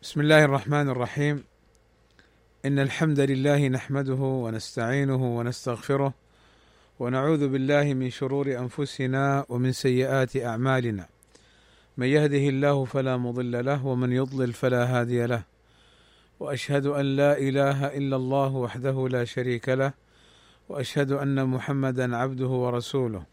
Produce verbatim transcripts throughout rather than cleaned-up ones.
بسم الله الرحمن الرحيم. إن الحمد لله نحمده ونستعينه ونستغفره ونعوذ بالله من شرور أنفسنا ومن سيئات أعمالنا، من يهده الله فلا مضل له ومن يضلل فلا هادي له، وأشهد أن لا إله إلا الله وحده لا شريك له، وأشهد أن محمدا عبده ورسوله.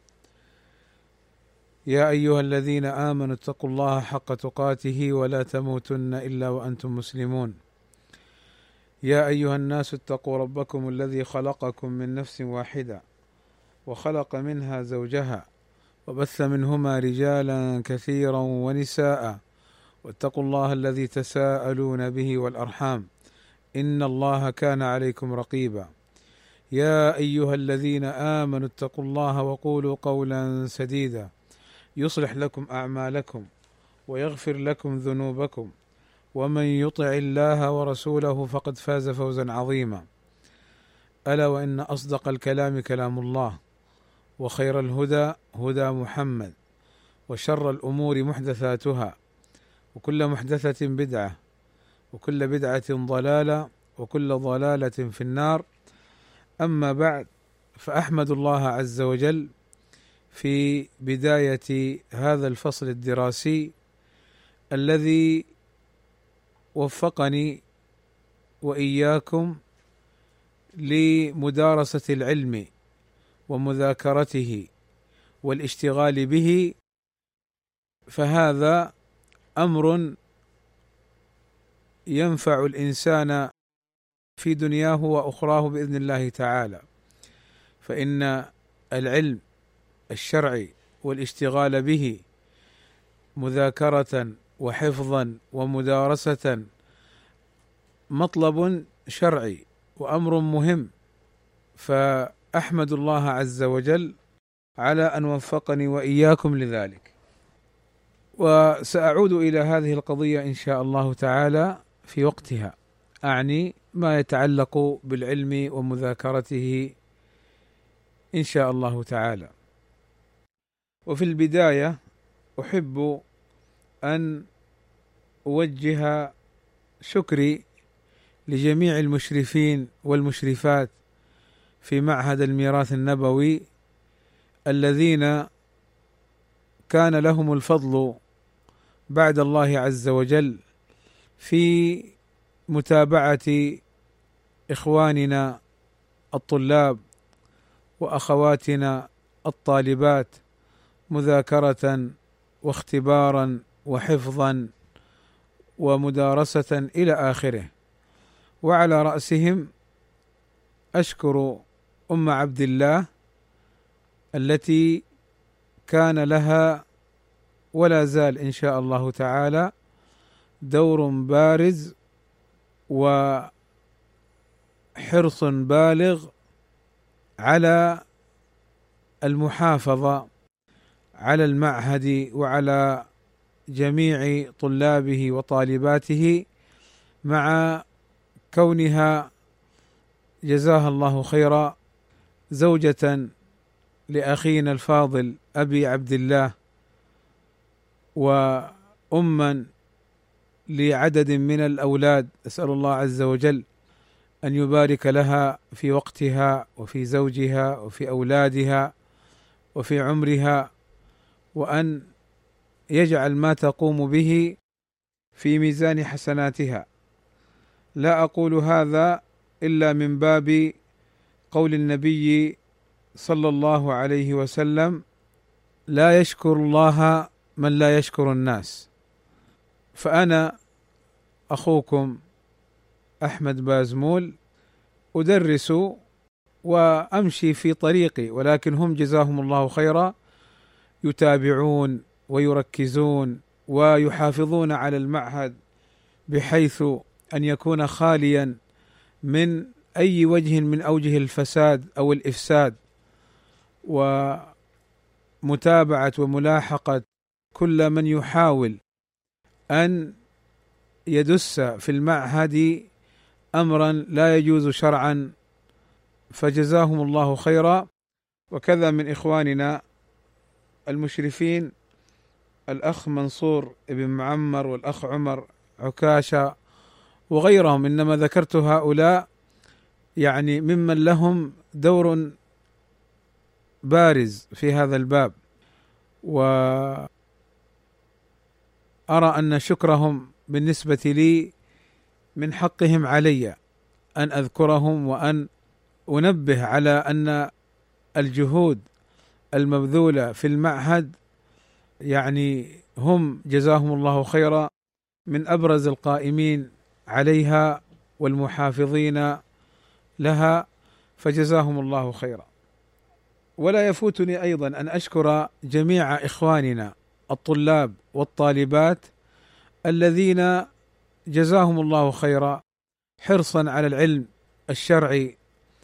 يا أيها الذين آمنوا اتقوا الله حق تقاته ولا تموتن إلا وأنتم مسلمون. يا أيها الناس اتقوا ربكم الذي خلقكم من نفس واحدة وخلق منها زوجها وبث منهما رجالا كثيرا ونساء، واتقوا الله الذي تساءلون به والأرحام إن الله كان عليكم رقيبا. يا أيها الذين آمنوا اتقوا الله وقولوا قولا سديدا يصلح لكم أعمالكم ويغفر لكم ذنوبكم، ومن يطع الله ورسوله فقد فاز فوزا عظيما. ألا وإن أصدق الكلام كلام الله، وخير الهدى هدى محمد، وشر الأمور محدثاتها، وكل محدثة بدعة، وكل بدعة ضلالة، وكل ضلالة في النار. أما بعد، فأحمد الله عز وجل في بداية هذا الفصل الدراسي الذي وفقني وإياكم لمدارسة العلم ومذاكرته والاشتغال به، فهذا أمر ينفع الإنسان في دنياه وأخراه بإذن الله تعالى، فإن العلم الشرعي والاشتغال به مذاكرة وحفظا ومدارسة مطلب شرعي وأمر مهم، فأحمد الله عز وجل على أن وفقني وإياكم لذلك. وسأعود إلى هذه القضية إن شاء الله تعالى في وقتها، أعني ما يتعلق بالعلم ومذاكرته إن شاء الله تعالى. وفي البداية أحب أن أوجه شكري لجميع المشرفين والمشرفات في معهد الميراث النبوي الذين كان لهم الفضل بعد الله عز وجل في متابعة إخواننا الطلاب وأخواتنا الطالبات مذاكرة واختبارا وحفظا ومدارسة إلى آخره. وعلى رأسهم أشكر أم عبد الله التي كان لها ولا زال إن شاء الله تعالى دور بارز وحرص بالغ على المحافظة على المعهد وعلى جميع طلابه وطالباته، مع كونها جزاها الله خيرا زوجة لأخينا الفاضل أبي عبد الله، وأما لعدد من الأولاد. أسأل الله عز وجل أن يبارك لها في وقتها وفي زوجها وفي أولادها وفي عمرها، وأن يجعل ما تقوم به في ميزان حسناتها. لا أقول هذا إلا من باب قول النبي صلى الله عليه وسلم: لا يشكر الله من لا يشكر الناس. فأنا أخوكم أحمد بازمول أدرس وأمشي في طريقي، ولكن هم جزاهم الله خيرا يتابعون ويركزون ويحافظون على المعهد بحيث أن يكون خاليا من أي وجه من أوجه الفساد أو الإفساد، ومتابعة وملاحقة كل من يحاول أن يدس في المعهد أمرا لا يجوز شرعا، فجزاهم الله خيرا. وكذا من إخواننا المشرفين الأخ منصور ابن معمر والأخ عمر عكاشة وغيرهم، إنما ذكرت هؤلاء يعني ممن لهم دور بارز في هذا الباب، وأرى أن شكرهم بالنسبة لي من حقهم علي أن أذكرهم وأن أنبه على أن الجهود المبذولة في المعهد يعني هم جزاهم الله خيرا من أبرز القائمين عليها والمحافظين لها، فجزاهم الله خيرا. ولا يفوتني أيضا أن أشكر جميع إخواننا الطلاب والطالبات الذين جزاهم الله خيرا حرصا على العلم الشرعي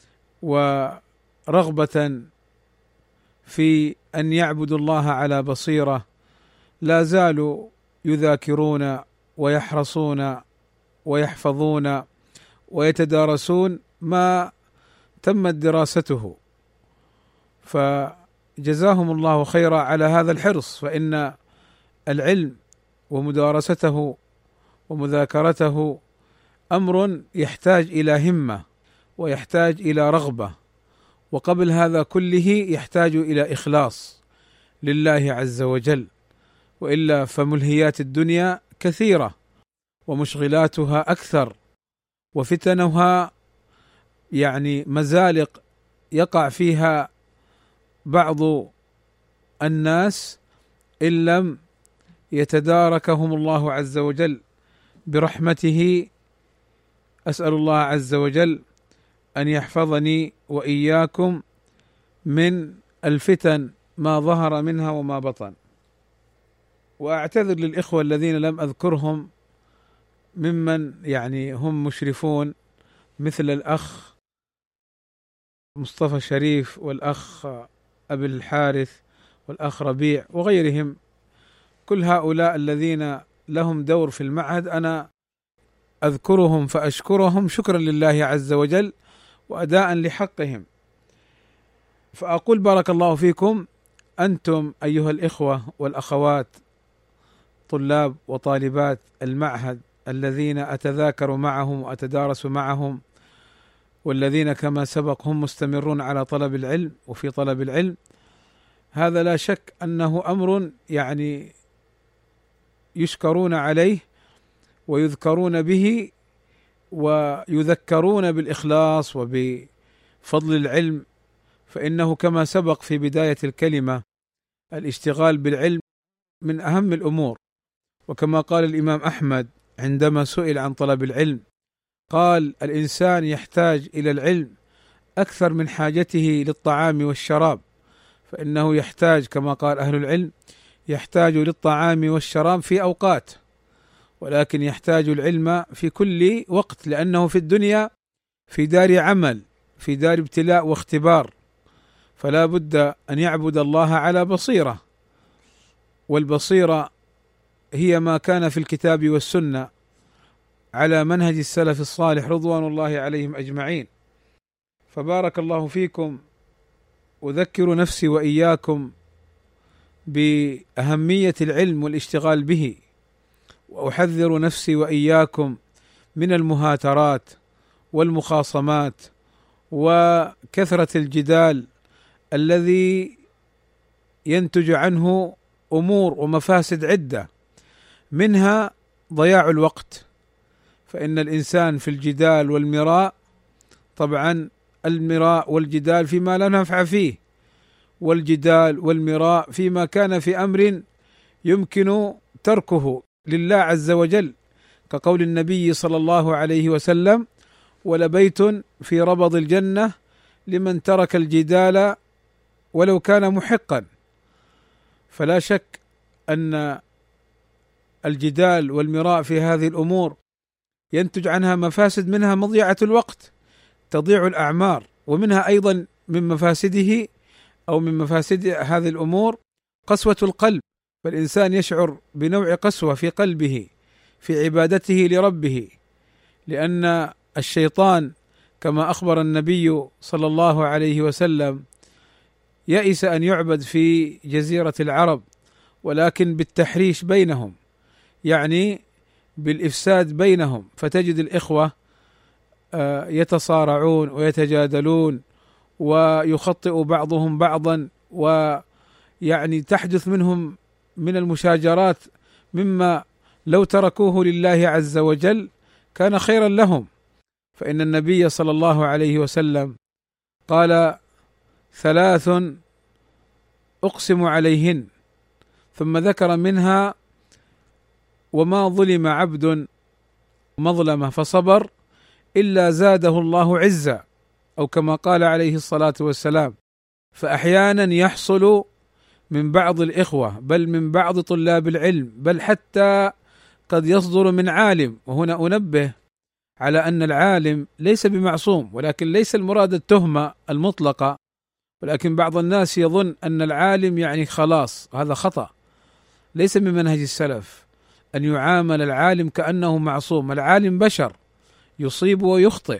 ورغبة في أن يعبدوا الله على بصيرة، لا زالوا يذاكرون ويحرصون ويحفظون ويتدارسون ما تمت دراسته، فجزاهم الله خيرا على هذا الحرص، فإن العلم ومدارسته ومذاكرته أمر يحتاج إلى همة ويحتاج إلى رغبة، وقبل هذا كله يحتاج إلى إخلاص لله عز وجل، وإلا فملهيات الدنيا كثيرة ومشغلاتها أكثر وفتنها يعني مزالق يقع فيها بعض الناس إن لم يتداركهم الله عز وجل برحمته. أسأل الله عز وجل أن يحفظني وإياكم من الفتن ما ظهر منها وما بطن. وأعتذر للإخوة الذين لم أذكرهم ممن يعني هم مشرفون مثل الأخ مصطفى شريف والأخ أبي الحارث والأخ ربيع وغيرهم، كل هؤلاء الذين لهم دور في المعهد أنا أذكرهم فأشكرهم شكرا لله عز وجل وأداء لحقهم. فأقول بارك الله فيكم أنتم أيها الإخوة والأخوات طلاب وطالبات المعهد الذين أتذاكر معهم وأتدارس معهم، والذين كما سبق هم مستمرون على طلب العلم وفي طلب العلم. هذا لا شك أنه أمر يعني يشكرون عليه ويذكرون به ويذكرون بالإخلاص وبفضل العلم، فإنه كما سبق في بداية الكلمة الاشتغال بالعلم من أهم الأمور. وكما قال الإمام أحمد عندما سئل عن طلب العلم قال: الإنسان يحتاج إلى العلم أكثر من حاجته للطعام والشراب، فإنه يحتاج كما قال أهل العلم يحتاج للطعام والشراب في أوقات، ولكن يحتاج العلم في كل وقت، لأنه في الدنيا في دار عمل، في دار ابتلاء واختبار، فلا بد أن يعبد الله على بصيرة، والبصيرة هي ما كان في الكتاب والسنة على منهج السلف الصالح رضوان الله عليهم أجمعين. فبارك الله فيكم، أذكر نفسي وإياكم بأهمية العلم والاشتغال به، وأحذر نفسي وإياكم من المهاترات والمخاصمات وكثرة الجدال الذي ينتج عنه أمور ومفاسد عدة، منها ضياع الوقت، فإن الإنسان في الجدال والمراء، طبعا المراء والجدال فيما لا نفع فيه، والجدال والمراء فيما كان في أمر يمكن تركه لله عز وجل، كقول النبي صلى الله عليه وسلم: ولبيت في ربض الجنة لمن ترك الجدال ولو كان محقا. فلا شك أن الجدال والمراء في هذه الأمور ينتج عنها مفاسد، منها مضيعة الوقت، تضيع الأعمار، ومنها أيضا من مفاسده أو من مفاسد هذه الأمور قسوة القلب، فالإنسان يشعر بنوع قسوة في قلبه في عبادته لربه، لأن الشيطان كما أخبر النبي صلى الله عليه وسلم يئس أن يعبد في جزيرة العرب، ولكن بالتحريش بينهم، يعني بالإفساد بينهم، فتجد الإخوة يتصارعون ويتجادلون ويخطئ بعضهم بعضا، ويعني تحدث منهم من المشاجرات مما لو تركوه لله عز وجل كان خيرا لهم. فإن النبي صلى الله عليه وسلم قال: ثلاث أقسم عليهن، ثم ذكر منها: وما ظلم عبد مظلمة فصبر إلا زاده الله عزا، أو كما قال عليه الصلاة والسلام. فأحيانا يحصل من بعض الإخوة، بل من بعض طلاب العلم، بل حتى قد يصدر من عالم، وهنا أنبه على أن العالم ليس بمعصوم، ولكن ليس المراد التهمة المطلقة، ولكن بعض الناس يظن أن العالم يعني خلاص، هذا خطأ، ليس من منهج السلف أن يعامل العالم كأنه معصوم. العالم بشر يصيب ويخطئ،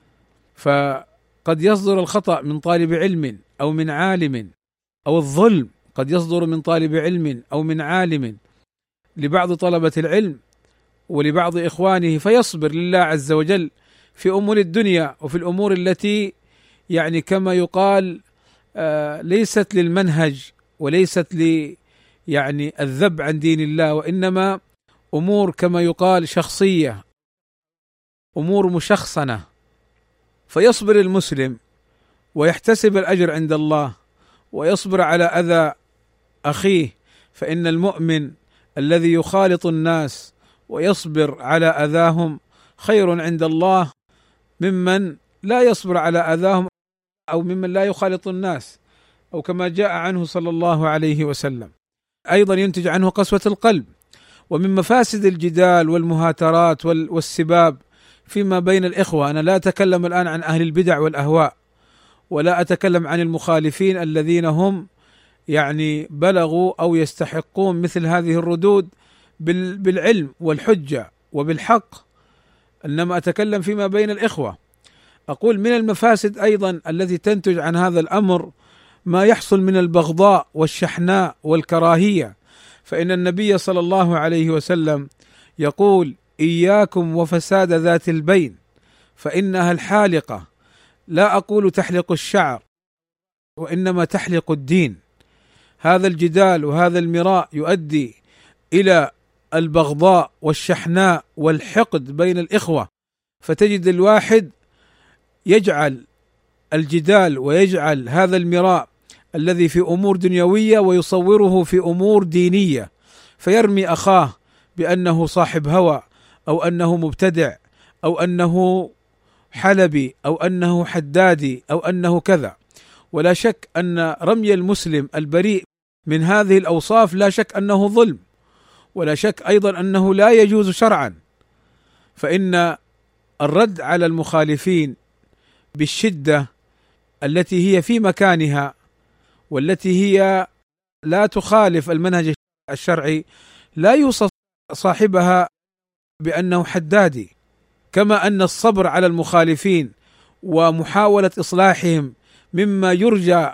فقد يصدر الخطأ من طالب علم أو من عالم، أو الظلم قد يصدر من طالب علم أو من عالم لبعض طلبة العلم ولبعض إخوانه، فيصبر لله عز وجل في أمور الدنيا وفي الأمور التي يعني كما يقال آه ليست للمنهج وليست ل يعني الذب عن دين الله، وإنما أمور كما يقال شخصية، أمور مشخصنة. فيصبر المسلم ويحتسب الأجر عند الله ويصبر على أذى أخيه، فإن المؤمن الذي يخالط الناس ويصبر على أذاهم خير عند الله ممن لا يصبر على أذاهم، أو ممن لا يخالط الناس، أو كما جاء عنه صلى الله عليه وسلم. أيضا ينتج عنه قسوة القلب. ومن مفاسد الجدال والمهاترات والسباب فيما بين الإخوة، أنا لا أتكلم الآن عن أهل البدع والأهواء، ولا أتكلم عن المخالفين الذين هم يعني بلغوا أو يستحقون مثل هذه الردود بالعلم والحجة وبالحق، إنما أتكلم فيما بين الإخوة. أقول من المفاسد أيضا التي تنتج عن هذا الأمر ما يحصل من البغضاء والشحناء والكراهية. فإن النبي صلى الله عليه وسلم يقول: إياكم وفساد ذات البين فإنها الحالقة، لا أقول تحلق الشعر وإنما تحلق الدين. هذا الجدال وهذا المراء يؤدي إلى البغضاء والشحناء والحقد بين الإخوة، فتجد الواحد يجعل الجدال ويجعل هذا المراء الذي في أمور دنيوية ويصوره في أمور دينية، فيرمي أخاه بأنه صاحب هوى، أو أنه مبتدع، أو أنه حلبي، أو أنه حدادي، أو أنه كذا. ولا شك أن رمي المسلم البريء من هذه الأوصاف لا شك أنه ظلم، ولا شك أيضا أنه لا يجوز شرعا. فإن الرد على المخالفين بالشدة التي هي في مكانها والتي هي لا تخالف المنهج الشرعي لا يوصف صاحبها بأنه حدادي، كما أن الصبر على المخالفين ومحاولة إصلاحهم مما يرجى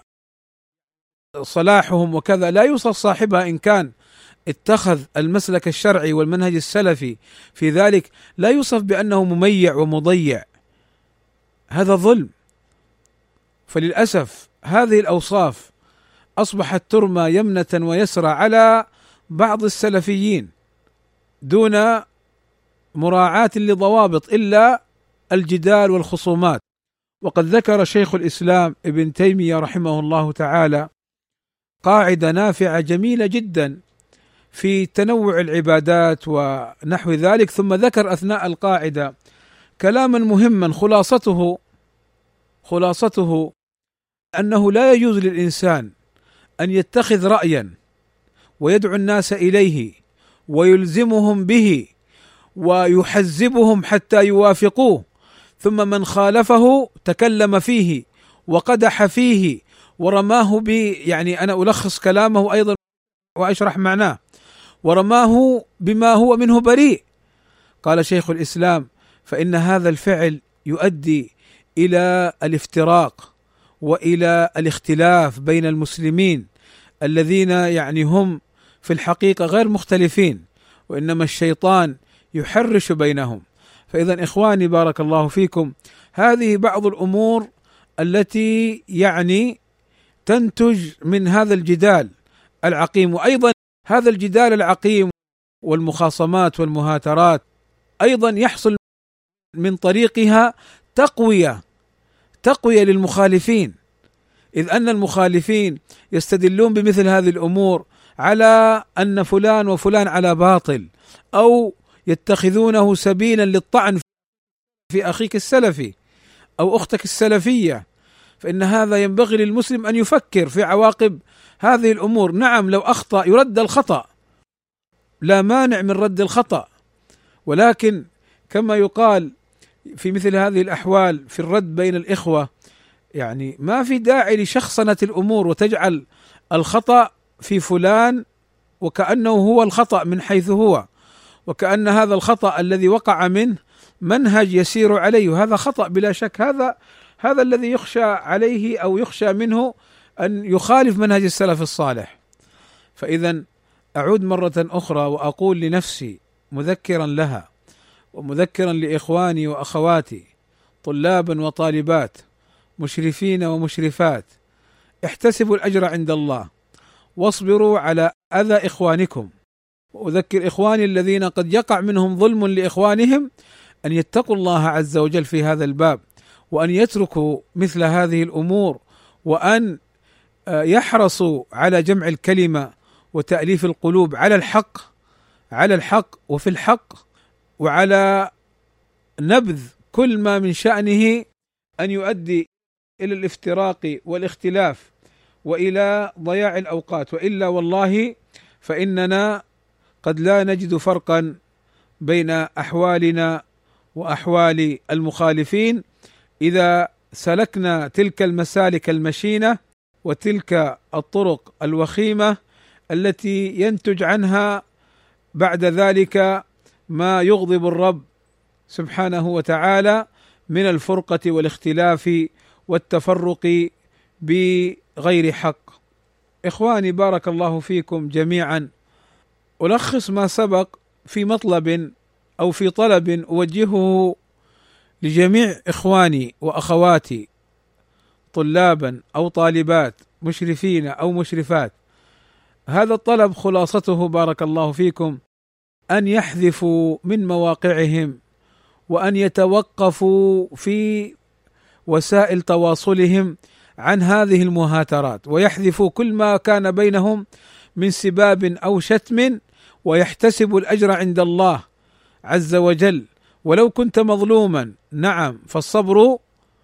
صلاحهم وكذا لا يوصف صاحبها إن كان اتخذ المسلك الشرعي والمنهج السلفي في ذلك، لا يوصف بأنه مميع ومضيع، هذا ظلم. فللأسف هذه الأوصاف أصبحت ترمى يمنة ويسرى على بعض السلفيين دون مراعاة لضوابط إلا الجدال والخصومات. وقد ذكر شيخ الإسلام ابن تيمية رحمه الله تعالى قاعدة نافعة جميلة جدا في تنوع العبادات ونحو ذلك، ثم ذكر أثناء القاعدة كلاما مهما خلاصته خلاصته أنه لا يجوز للإنسان أن يتخذ رأيا ويدعو الناس إليه ويلزمهم به ويحزبهم حتى يوافقوه، ثم من خالفه تكلم فيه وقدح فيه ورماه ب يعني أنا ألخص كلامه أيضا وأشرح معناه، ورماه بما هو منه بريء. قال شيخ الإسلام: فإن هذا الفعل يؤدي إلى الافتراق وإلى الاختلاف بين المسلمين الذين يعني هم في الحقيقة غير مختلفين، وإنما الشيطان يحرش بينهم. فإذا إخواني بارك الله فيكم، هذه بعض الأمور التي يعني تنتج من هذا الجدال العقيم. وأيضا هذا الجدال العقيم والمخاصمات والمهاترات أيضا يحصل من طريقها تقوية تقوية للمخالفين، إذ أن المخالفين يستدلون بمثل هذه الأمور على أن فلان وفلان على باطل، أو يتخذونه سبيلا للطعن في أخيك السلفي أو أختك السلفية. فإن هذا ينبغي للمسلم أن يفكر في عواقب هذه الأمور. نعم لو أخطأ يرد الخطأ، لا مانع من رد الخطأ، ولكن كما يقال في مثل هذه الأحوال في الرد بين الإخوة، يعني ما في داعي لشخصنة الأمور وتجعل الخطأ في فلان وكأنه هو الخطأ من حيث هو، وكأن هذا الخطأ الذي وقع منه منهج يسير عليه، وهذا خطأ بلا شك. هذا هذا الذي يخشى عليه أو يخشى منه أن يخالف منهج السلف الصالح. فإذا أعود مرة أخرى وأقول لنفسي مذكرا لها ومذكرا لإخواني وأخواتي طلابا وطالبات مشرفين ومشرفات، احتسبوا الأجر عند الله واصبروا على أذى إخوانكم. وأذكر إخواني الذين قد يقع منهم ظلم لإخوانهم أن يتقوا الله عز وجل في هذا الباب، وأن يتركوا مثل هذه الأمور، وأن يحرصوا على جمع الكلمة وتأليف القلوب على الحق على الحق وفي الحق، وعلى نبذ كل ما من شأنه أن يؤدي إلى الافتراق والاختلاف وإلى ضياع الأوقات. وإلا والله فإننا قد لا نجد فرقا بين أحوالنا وأحوال المخالفين إذا سلكنا تلك المسالك المشينة وتلك الطرق الوخيمة التي ينتج عنها بعد ذلك ما يغضب الرب سبحانه وتعالى من الفرقة والاختلاف والتفرق بغير حق. إخواني بارك الله فيكم جميعا، ألخص ما سبق في مطلب أو في طلب أوجهه لجميع إخواني وأخواتي طلابا أو طالبات مشرفين أو مشرفات. هذا الطلب خلاصته بارك الله فيكم أن يحذفوا من مواقعهم، وأن يتوقفوا في وسائل تواصلهم عن هذه المهاترات، ويحذفوا كل ما كان بينهم من سباب أو شتم، ويحتسبوا الأجر عند الله عز وجل. ولو كنت مظلوما، نعم فالصبر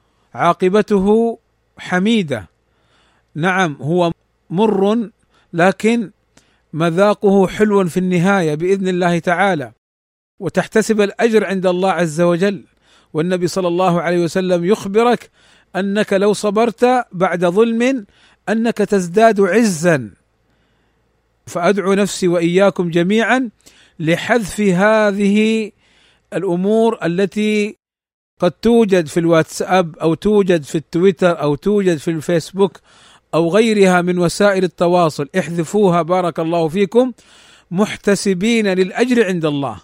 عاقبته حميدة، نعم هو مر لكن مذاقه حلو في النهاية بإذن الله تعالى، وتحتسب الأجر عند الله عز وجل. والنبي صلى الله عليه وسلم يخبرك أنك لو صبرت بعد ظلم أنك تزداد عزا. فأدعو نفسي وإياكم جميعا لحذف هذه الأمور التي قد توجد في الواتساب أو توجد في التويتر أو توجد في الفيسبوك أو غيرها من وسائل التواصل. احذفوها بارك الله فيكم محتسبين للأجر عند الله.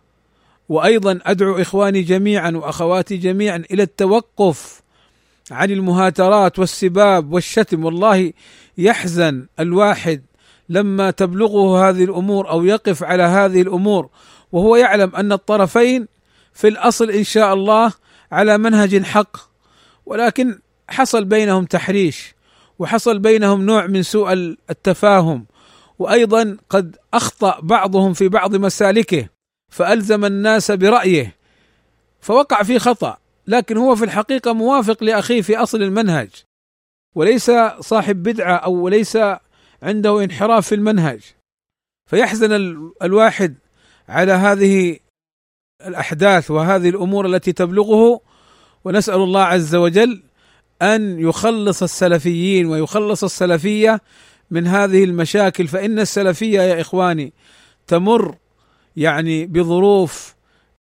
وأيضا أدعو إخواني جميعا وأخواتي جميعا إلى التوقف عن المهاترات والسباب والشتم. والله يحزن الواحد لما تبلغه هذه الأمور أو يقف على هذه الأمور وهو يعلم أن الطرفين في الأصل إن شاء الله على منهج حق، ولكن حصل بينهم تحريش وحصل بينهم نوع من سوء التفاهم، وأيضا قد أخطأ بعضهم في بعض مسالكه فألزم الناس برأيه فوقع في خطأ، لكن هو في الحقيقة موافق لأخيه في أصل المنهج، وليس صاحب بدعة أو ليس عنده انحراف في المنهج. فيحزن الواحد على هذه الأحداث وهذه الأمور التي تبلغه، ونسأل الله عز وجل أن يخلص السلفيين ويخلص السلفية من هذه المشاكل. فإن السلفية يا إخواني تمر يعني بظروف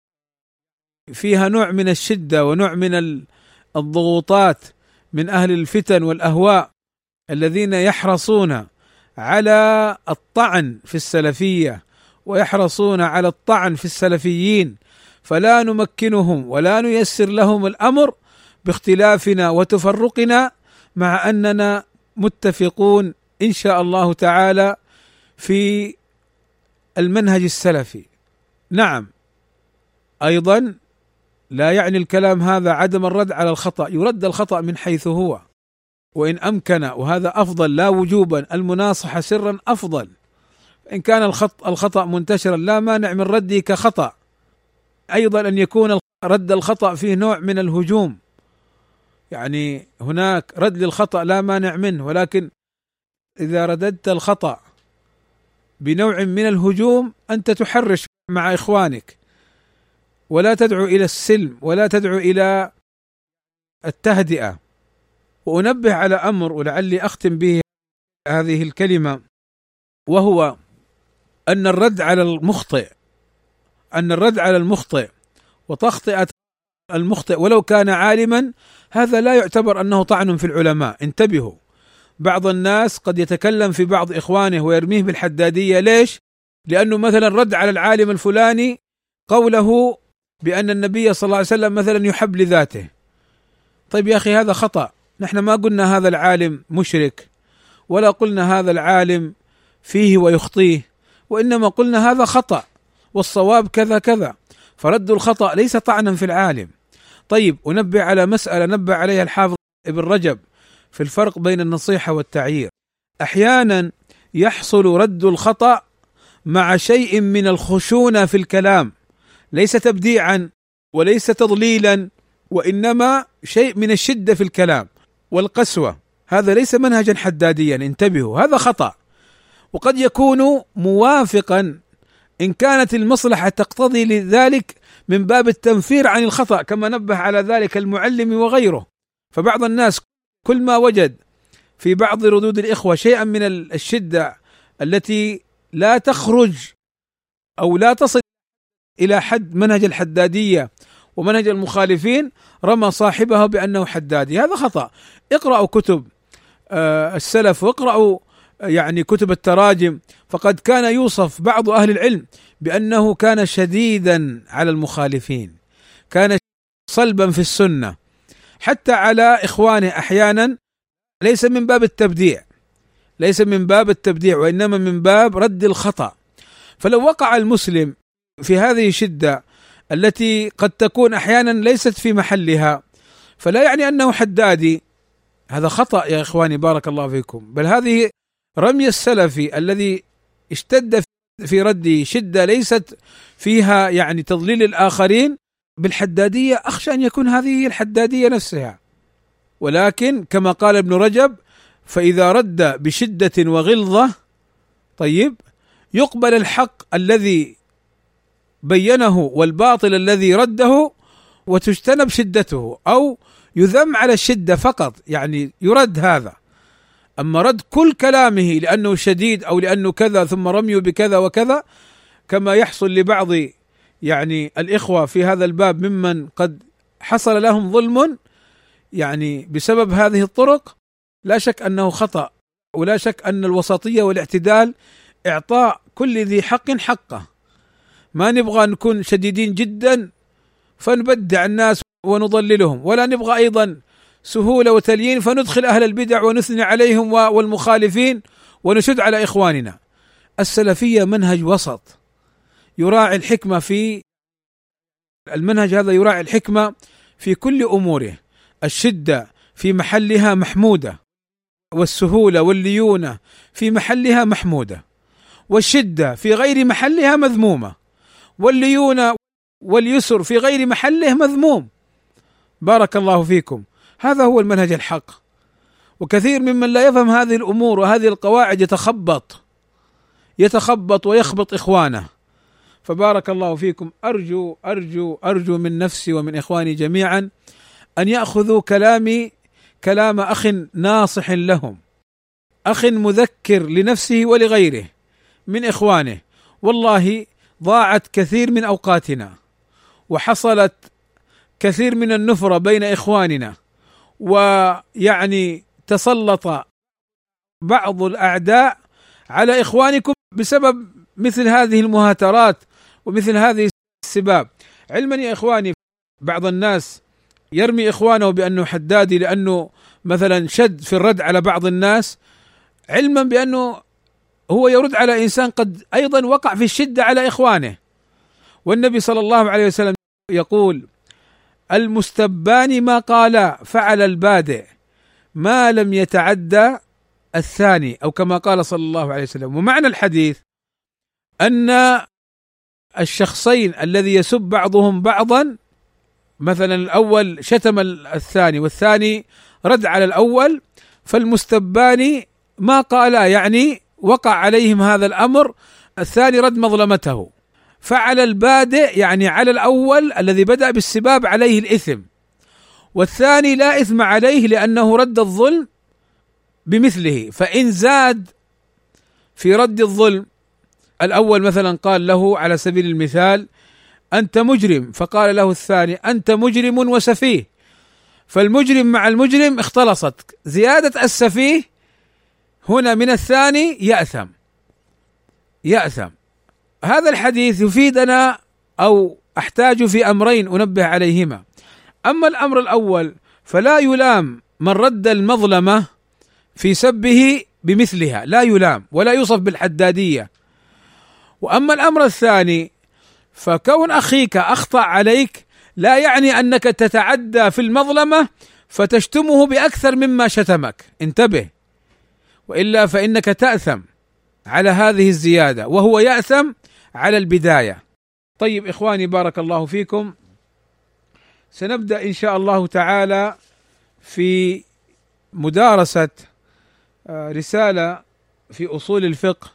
فيها نوع من الشدة ونوع من الضغوطات من أهل الفتن والأهواء الذين يحرصون على الطعن في السلفية ويحرصون على الطعن في السلفيين، فلا نمكنهم ولا نيسر لهم الأمر باختلافنا وتفرقنا، مع أننا متفقون إن شاء الله تعالى في المنهج السلفي. نعم، أيضا لا يعني الكلام هذا عدم الرد على الخطأ، يرد الخطأ من حيث هو وإن أمكن، وهذا أفضل لا وجوبا، المناصحة سرا أفضل. إن كان الخطأ الخطأ منتشرا لا مانع من رده كخطأ. أيضا أن يكون رد الخطأ فيه نوع من الهجوم، يعني هناك رد للخطأ لا مانع منه، ولكن إذا رددت الخطأ بنوع من الهجوم أنت تحرش مع إخوانك، ولا تدعو إلى السلم ولا تدعو إلى التهدئة. وأنبه على أمر ولعلي أختم به هذه الكلمة، وهو أن الرد على المخطئ أن الرد على المخطئ وتخطئة المخطئ ولو كان عالما، هذا لا يعتبر أنه طعن في العلماء. انتبهوا، بعض الناس قد يتكلم في بعض إخوانه ويرميه بالحدادية. ليش؟ لأنه مثلا رد على العالم الفلاني قوله بأن النبي صلى الله عليه وسلم مثلا يحب لذاته. طيب يا أخي، هذا خطأ. نحن ما قلنا هذا العالم مشرك، ولا قلنا هذا العالم فيه ويخطيه، وإنما قلنا هذا خطأ والصواب كذا كذا، فرد الخطأ ليس طعنا في العالم. طيب، أنبه على مسألة نبه عليها الحافظ ابن رجب في الفرق بين النصيحة والتعيير. أحيانا يحصل رد الخطأ مع شيء من الخشونة في الكلام، ليس تبديعا وليس تضليلا، وإنما شيء من الشدة في الكلام والقسوة. هذا ليس منهجا حداديا، انتبهوا، هذا خطأ، وقد يكون موافقا إن كانت المصلحة تقتضي لذلك من باب التنفير عن الخطأ، كما نبه على ذلك المعلم وغيره. فبعض الناس كل ما وجد في بعض ردود الإخوة شيئا من الشدة التي لا تخرج أو لا تصل إلى حد منهج الحدادية ومنهج المخالفين، رمى صاحبه بأنه حدادي. هذا خطأ. اقرأوا كتب السلف واقرأوا يعني كتب التراجم، فقد كان يوصف بعض أهل العلم بأنه كان شديدا على المخالفين، كان صلبا في السنة حتى على إخوانه أحيانا، ليس من باب التبديع ليس من باب التبديع وإنما من باب رد الخطأ. فلو وقع المسلم في هذه الشدة التي قد تكون أحيانا ليست في محلها، فلا يعني أنه حدادي. هذا خطأ يا إخواني، بارك الله فيكم. بل هذه رمي السلفي الذي اشتد في رده شدة ليست فيها يعني تضليل الآخرين بالحدادية، أخشى أن يكون هذه الحدادية نفسها. ولكن كما قال ابن رجب: فإذا رد بشدة وغلظة طيب يقبل الحق الذي بينه والباطل الذي رده وتجتنب شدته، أو يذم على الشدة فقط، يعني يرد هذا. أما رد كل كلامه لأنه شديد أو لأنه كذا ثم رميه بكذا وكذا، كما يحصل لبعض يعني الإخوة في هذا الباب ممن قد حصل لهم ظلم يعني بسبب هذه الطرق، لا شك أنه خطأ، ولا شك أن الوسطية والاعتدال إعطاء كل ذي حق حقه. ما نبغى نكون شديدين جدا فنبدع الناس ونضللهم، ولا نبغى أيضا سهولة وتليين فندخل أهل البدع ونثني عليهم والمخالفين ونشد على إخواننا. السلفية منهج وسط يراعي الحكمة، في المنهج هذا يراعي الحكمة في كل أموره. الشدة في محلها محمودة، والسهولة والليونة في محلها محمودة، والشدة في غير محلها مذمومة، والليونة واليسر في غير محله مذموم. بارك الله فيكم. هذا هو المنهج الحق. وكثير ممن لا يفهم هذه الأمور وهذه القواعد يتخبط يتخبط ويخبط إخوانه. فبارك الله فيكم. أرجو أرجو أرجو من نفسي ومن إخواني جميعا أن يأخذوا كلامي كلام أخ ناصح لهم، أخ مذكر لنفسه ولغيره من إخوانه. والله ضاعت كثير من أوقاتنا، وحصلت كثير من النفرة بين إخواننا، ويعني تسلط بعض الأعداء على إخوانكم بسبب مثل هذه المهاترات ومثل هذه السباب. علما يا إخواني بعض الناس يرمي إخوانه بأنه حدادي لأنه مثلا شد في الرد على بعض الناس، علما بأنه هو يرد على إنسان قد أيضا وقع في الشدة على إخوانه. والنبي صلى الله عليه وسلم يقول: المستبان ما قال فعل البادئ ما لم يتعدى الثاني، أو كما قال صلى الله عليه وسلم. ومعنى الحديث أن الشخصين الذي يسب بعضهم بعضا، مثلا الأول شتم الثاني والثاني رد على الأول، فالمستبان ما قالا يعني وقع عليهم هذا الأمر، الثاني رد مظلمته. فعل البادئ يعني على الأول الذي بدأ بالسباب عليه الإثم، والثاني لا إثم عليه لأنه رد الظلم بمثله. فإن زاد في رد الظلم، الأول مثلا قال له على سبيل المثال: أنت مجرم، فقال له الثاني: أنت مجرم وسفيه، فالمجرم مع المجرم اختلصت، زيادة السفيه هنا من الثاني يأثم يأثم. هذا الحديث يفيدنا أو أحتاج في أمرين أنبه عليهما. أما الأمر الأول فلا يلام من رد المظلمة في سبه بمثلها، لا يلام ولا يوصف بالحدادية. وأما الأمر الثاني فكون أخيك أخطأ عليك لا يعني أنك تتعدى في المظلمة فتشتمه بأكثر مما شتمك، انتبه، وإلا فإنك تأثم على هذه الزيادة وهو يأثم على البداية. طيب إخواني بارك الله فيكم، سنبدأ إن شاء الله تعالى في مدارسة رسالة في أصول الفقه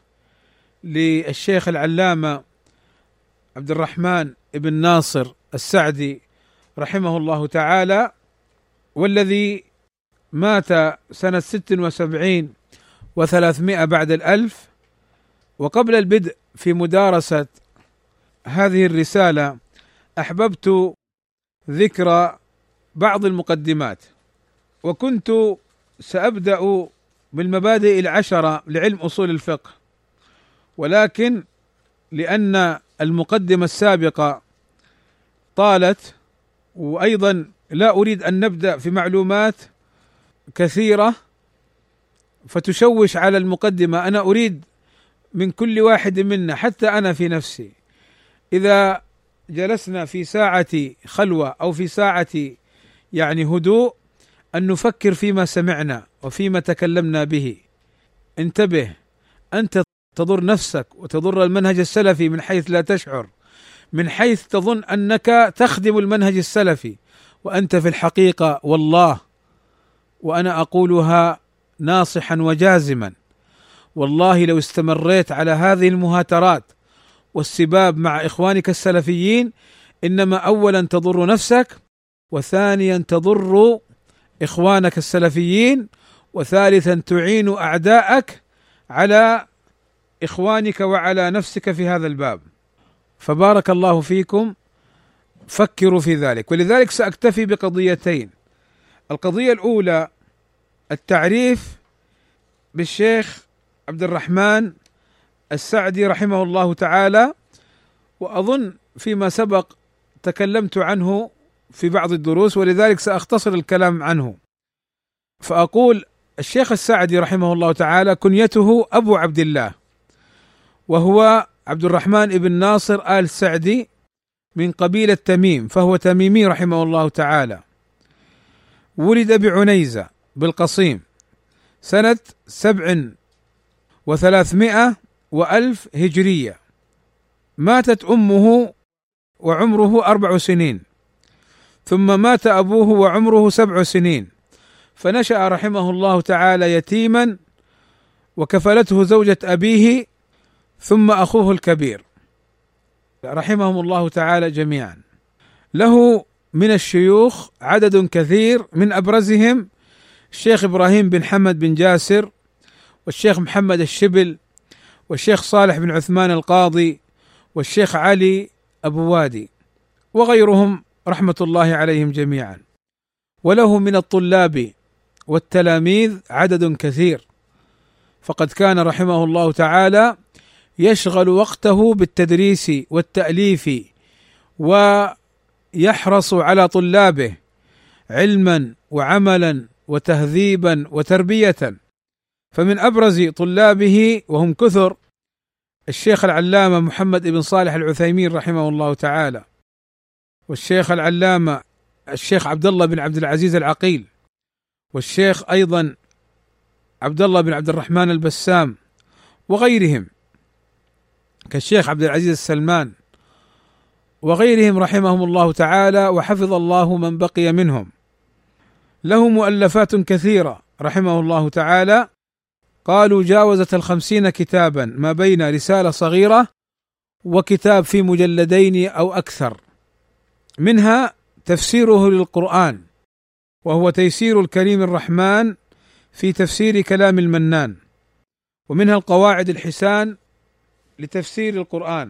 للشيخ العلامة عبد الرحمن بن ناصر السعدي رحمه الله تعالى، والذي مات سنة ست وسبعين وثلاثمائة بعد الألف. وقبل البدء في مدارسة هذه الرسالة أحببت ذكر بعض المقدمات، وكنت سأبدأ بالمبادئ العشرة لعلم أصول الفقه، ولكن لأن المقدمة السابقة طالت وأيضا لا أريد أن نبدأ في معلومات كثيرة فتشوش على المقدمة. أنا أريد من كل واحد منا حتى أنا في نفسي إذا جلسنا في ساعة خلوة أو في ساعة يعني هدوء أن نفكر فيما سمعنا وفيما تكلمنا به. انتبه، أنت تضر نفسك وتضر المنهج السلفي من حيث لا تشعر، من حيث تظن أنك تخدم المنهج السلفي، وأنت في الحقيقة والله، وأنا أقولها ناصحا وجازما، والله لو استمريت على هذه المهاترات والسباب مع إخوانك السلفيين إنما أولا تضر نفسك، وثانيا تضر إخوانك السلفيين، وثالثا تعين أعداءك على إخوانك وعلى نفسك في هذا الباب. فبارك الله فيكم، فكروا في ذلك. ولذلك سأكتفي بقضيتين. القضية الأولى التعريف بالشيخ عبد الرحمن السعدي رحمه الله تعالى، وأظن فيما سبق تكلمت عنه في بعض الدروس، ولذلك سأختصر الكلام عنه. فأقول الشيخ السعدي رحمه الله تعالى كنيته أبو عبد الله، وهو عبد الرحمن بن ناصر آل سعدي من قبيلة تميم، فهو تميمي رحمه الله تعالى. ولد بعنيزة بالقصيم سنة سبع وثلاثمائة وألف هجرية. ماتت أمه وعمره أربع سنين، ثم مات أبوه وعمره سبع سنين، فنشأ رحمه الله تعالى يتيما، وكفلته زوجة أبيه ثم أخوه الكبير رحمهم الله تعالى جميعا. له من الشيوخ عدد كثير، من أبرزهم الشيخ إبراهيم بن حمد بن جاسر، والشيخ محمد الشبل، والشيخ صالح بن عثمان القاضي، والشيخ علي أبو وادي، وغيرهم رحمة الله عليهم جميعا. وله من الطلاب والتلاميذ عدد كثير، فقد كان رحمه الله تعالى يشغل وقته بالتدريس والتأليف، ويحرص على طلابه علما وعملا وتهذيبا وتربية. فمن أبرز طلابه وهم كثر الشيخ العلامة محمد بن صالح العثيمين رحمه الله تعالى، والشيخ العلامة الشيخ عبد الله بن عبد العزيز العقيل، والشيخ أيضا عبد الله بن عبد الرحمن البسام، وغيرهم كالشيخ عبد العزيز السلمان وغيرهم رحمهم الله تعالى وحفظ الله من بقي منهم. له مؤلفات كثيرة رحمه الله تعالى، قالوا جاوزت الخمسين كتابا، ما بين رسالة صغيرة وكتاب في مجلدين أو أكثر. منها تفسيره للقرآن، وهو تيسير الكريم الرحمن في تفسير كلام المنان، ومنها القواعد الحسان لتفسير القرآن،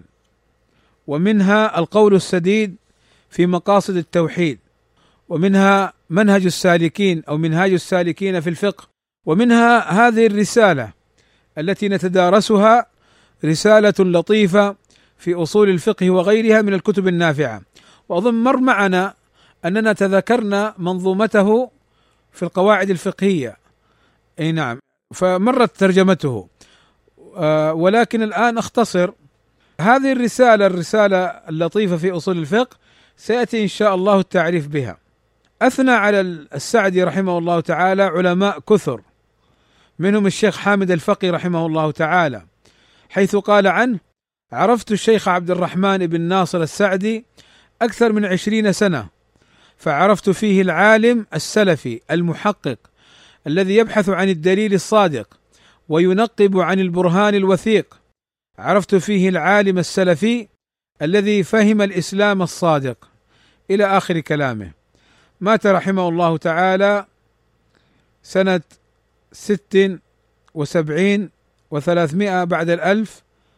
ومنها القول السديد في مقاصد التوحيد، ومنها منهج السالكين أو منهاج السالكين في الفقه، ومنها هذه الرسالة التي نتدارسها، رسالة لطيفة في أصول الفقه وغيرها من الكتب النافعة. وأظن مر معنا أننا تذكرنا منظومته في القواعد الفقهية، أي نعم، فمرت ترجمته، آه ولكن الآن أختصر هذه الرسالة. الرسالة اللطيفة في أصول الفقه سيأتي إن شاء الله التعريف بها. أثنى على السعدي رحمه الله تعالى علماء كثر، منهم الشيخ حامد الفقي رحمه الله تعالى، حيث قال عنه: عرفت الشيخ عبد الرحمن بن ناصر السعدي أكثر من عشرين سنة، فعرفت فيه العالم السلفي المحقق الذي يبحث عن الدليل الصادق وينقب عن البرهان الوثيق، عرفت فيه العالم السلفي الذي فهم الإسلام الصادق، إلى آخر كلامه. مات رحمه الله تعالى سنة ست وسبعين وثلاثمائة بعد الألف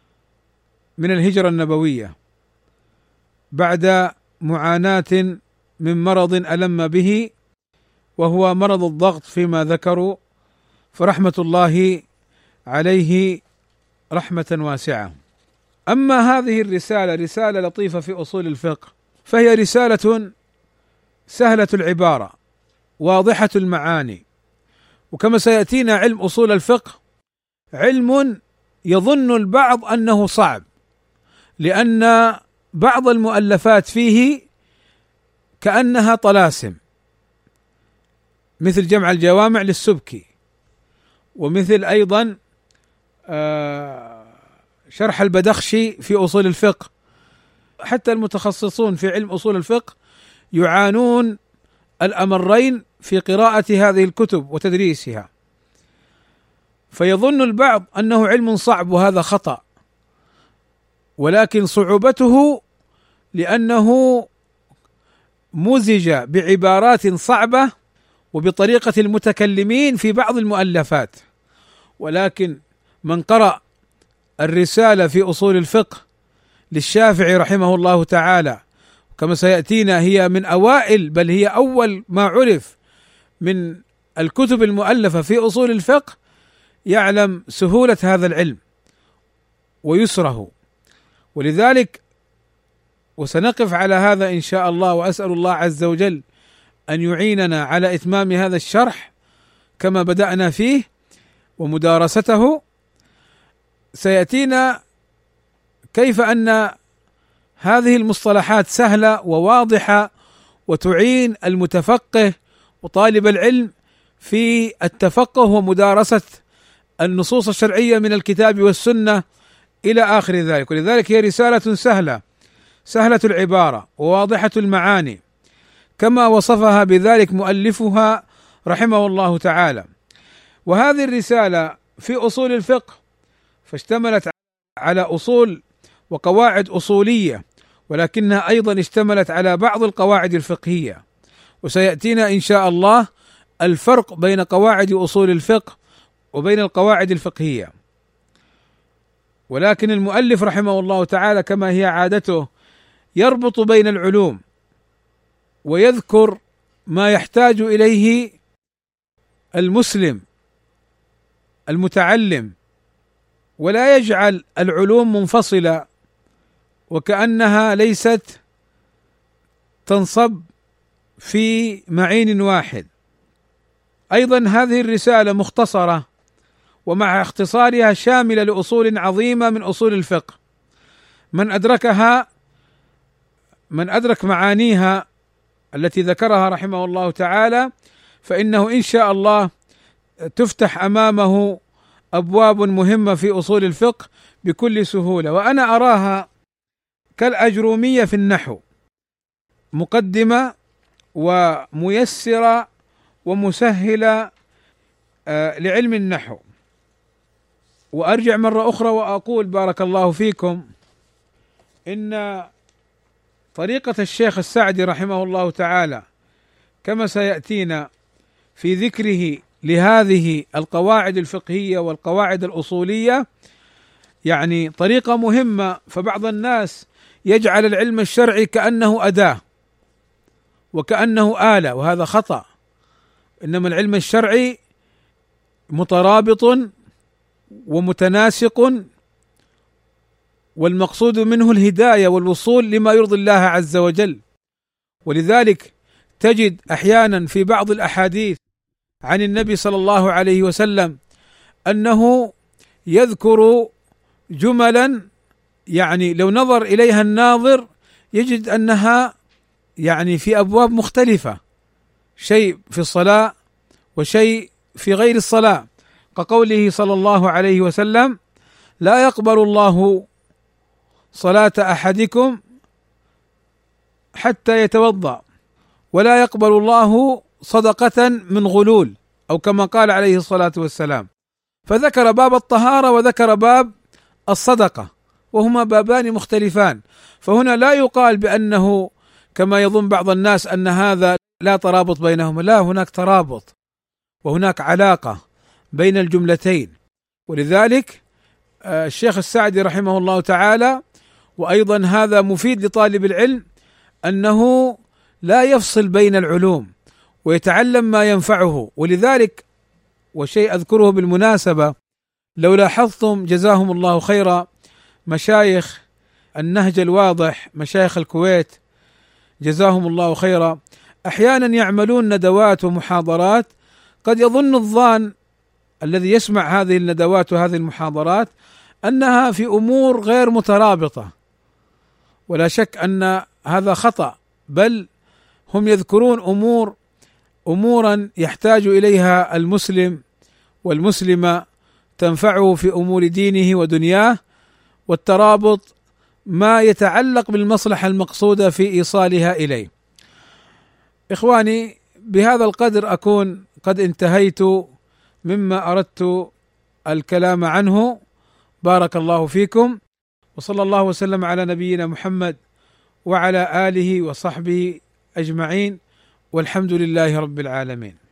من الهجرة النبوية، بعد معاناة من مرض ألم به، وهو مرض الضغط فيما ذكروا، فرحمة الله عليه رحمة واسعة. أما هذه الرسالة، رسالة لطيفة في أصول الفقه، فهي رسالة سهلة العبارة واضحة المعاني. وكما سيأتينا، علم أصول الفقه علم يظن البعض أنه صعب، لأن بعض المؤلفات فيه كأنها طلاسم، مثل جمع الجوامع للسبكي، ومثل أيضا شرح البدخشي في أصول الفقه. حتى المتخصصون في علم أصول الفقه يعانون الأمرين في قراءة هذه الكتب وتدريسها، فيظن البعض أنه علم صعب، وهذا خطأ، ولكن صعوبته لأنه مزج بعبارات صعبة وبطريقة المتكلمين في بعض المؤلفات. ولكن من قرأ الرسالة في أصول الفقه للشافعي رحمه الله تعالى، كما سيأتينا هي من أوائل، بل هي أول ما عرف من الكتب المؤلفة في أصول الفقه، يعلم سهولة هذا العلم ويسره. ولذلك وسنقف على هذا إن شاء الله، وأسأل الله عز وجل أن يعيننا على إتمام هذا الشرح كما بدأنا فيه ومدارسته. سيأتينا كيف أن هذه المصطلحات سهلة وواضحة، وتعين المتفقه وطالب العلم في التفقه ومدارسة النصوص الشرعية من الكتاب والسنة إلى آخر ذلك. ولذلك هي رسالة سهلة سهلة العبارة وواضحة المعاني، كما وصفها بذلك مؤلفها رحمه الله تعالى. وهذه الرسالة في أصول الفقه فاشتملت على أصول وقواعد أصولية، ولكنها أيضا اشتملت على بعض القواعد الفقهية. وسيأتينا إن شاء الله الفرق بين قواعد أصول الفقه وبين القواعد الفقهية. ولكن المؤلف رحمه الله تعالى كما هي عادته يربط بين العلوم ويذكر ما يحتاج إليه المسلم المتعلم ولا يجعل العلوم منفصلة وكأنها ليست تنصب في معين واحد. أيضا هذه الرسالة مختصرة ومع اختصارها شاملة لأصول عظيمة من أصول الفقه، من أدركها من أدرك معانيها التي ذكرها رحمه الله تعالى فإنه إن شاء الله تفتح أمامه أبواب مهمة في أصول الفقه بكل سهولة. وأنا أراها كالأجرومية في النحو، مقدمة وميسرة ومسهلة لعلم النحو. وأرجع مرة أخرى وأقول بارك الله فيكم إن طريقة الشيخ السعدي رحمه الله تعالى كما سيأتينا في ذكره لهذه القواعد الفقهية والقواعد الأصولية يعني طريقة مهمة. فبعض الناس يجعل العلم الشرعي كأنه أداة وكأنه آلة، وهذا خطأ. إنما العلم الشرعي مترابط ومتناسق، والمقصود منه الهداية والوصول لما يرضي الله عز وجل. ولذلك تجد أحيانا في بعض الأحاديث عن النبي صلى الله عليه وسلم أنه يذكر جملا يعني لو نظر إليها الناظر يجد أنها يعني في أبواب مختلفة، شيء في الصلاة وشيء في غير الصلاة، كقوله صلى الله عليه وسلم: لا يقبل الله صلاة أحدكم حتى يتوضأ، ولا يقبل الله صدقة من غلول، أو كما قال عليه الصلاة والسلام. فذكر باب الطهارة وذكر باب الصدقة، وهما بابان مختلفان. فهنا لا يقال بأنه كما يظن بعض الناس أن هذا لا ترابط بينهما، لا، هناك ترابط وهناك علاقة بين الجملتين. ولذلك الشيخ السعدي رحمه الله تعالى، وأيضا هذا مفيد لطالب العلم، أنه لا يفصل بين العلوم ويتعلم ما ينفعه. ولذلك وشيء أذكره بالمناسبة، لو لاحظتم جزاهم الله خيرا مشايخ النهج الواضح، مشايخ الكويت جزاهم الله خيرا، أحيانا يعملون ندوات ومحاضرات قد يظن الظان الذي يسمع هذه الندوات وهذه المحاضرات أنها في أمور غير مترابطة، ولا شك أن هذا خطأ، بل هم يذكرون أمور أمورا يحتاج إليها المسلم والمسلمة تنفعه في أمور دينه ودنياه، والترابط ما يتعلق بالمصلحة المقصودة في إيصالها إليه. إخواني، بهذا القدر أكون قد انتهيت مما أردت الكلام عنه. بارك الله فيكم، وصلى الله وسلم على نبينا محمد وعلى آله وصحبه أجمعين، والحمد لله رب العالمين.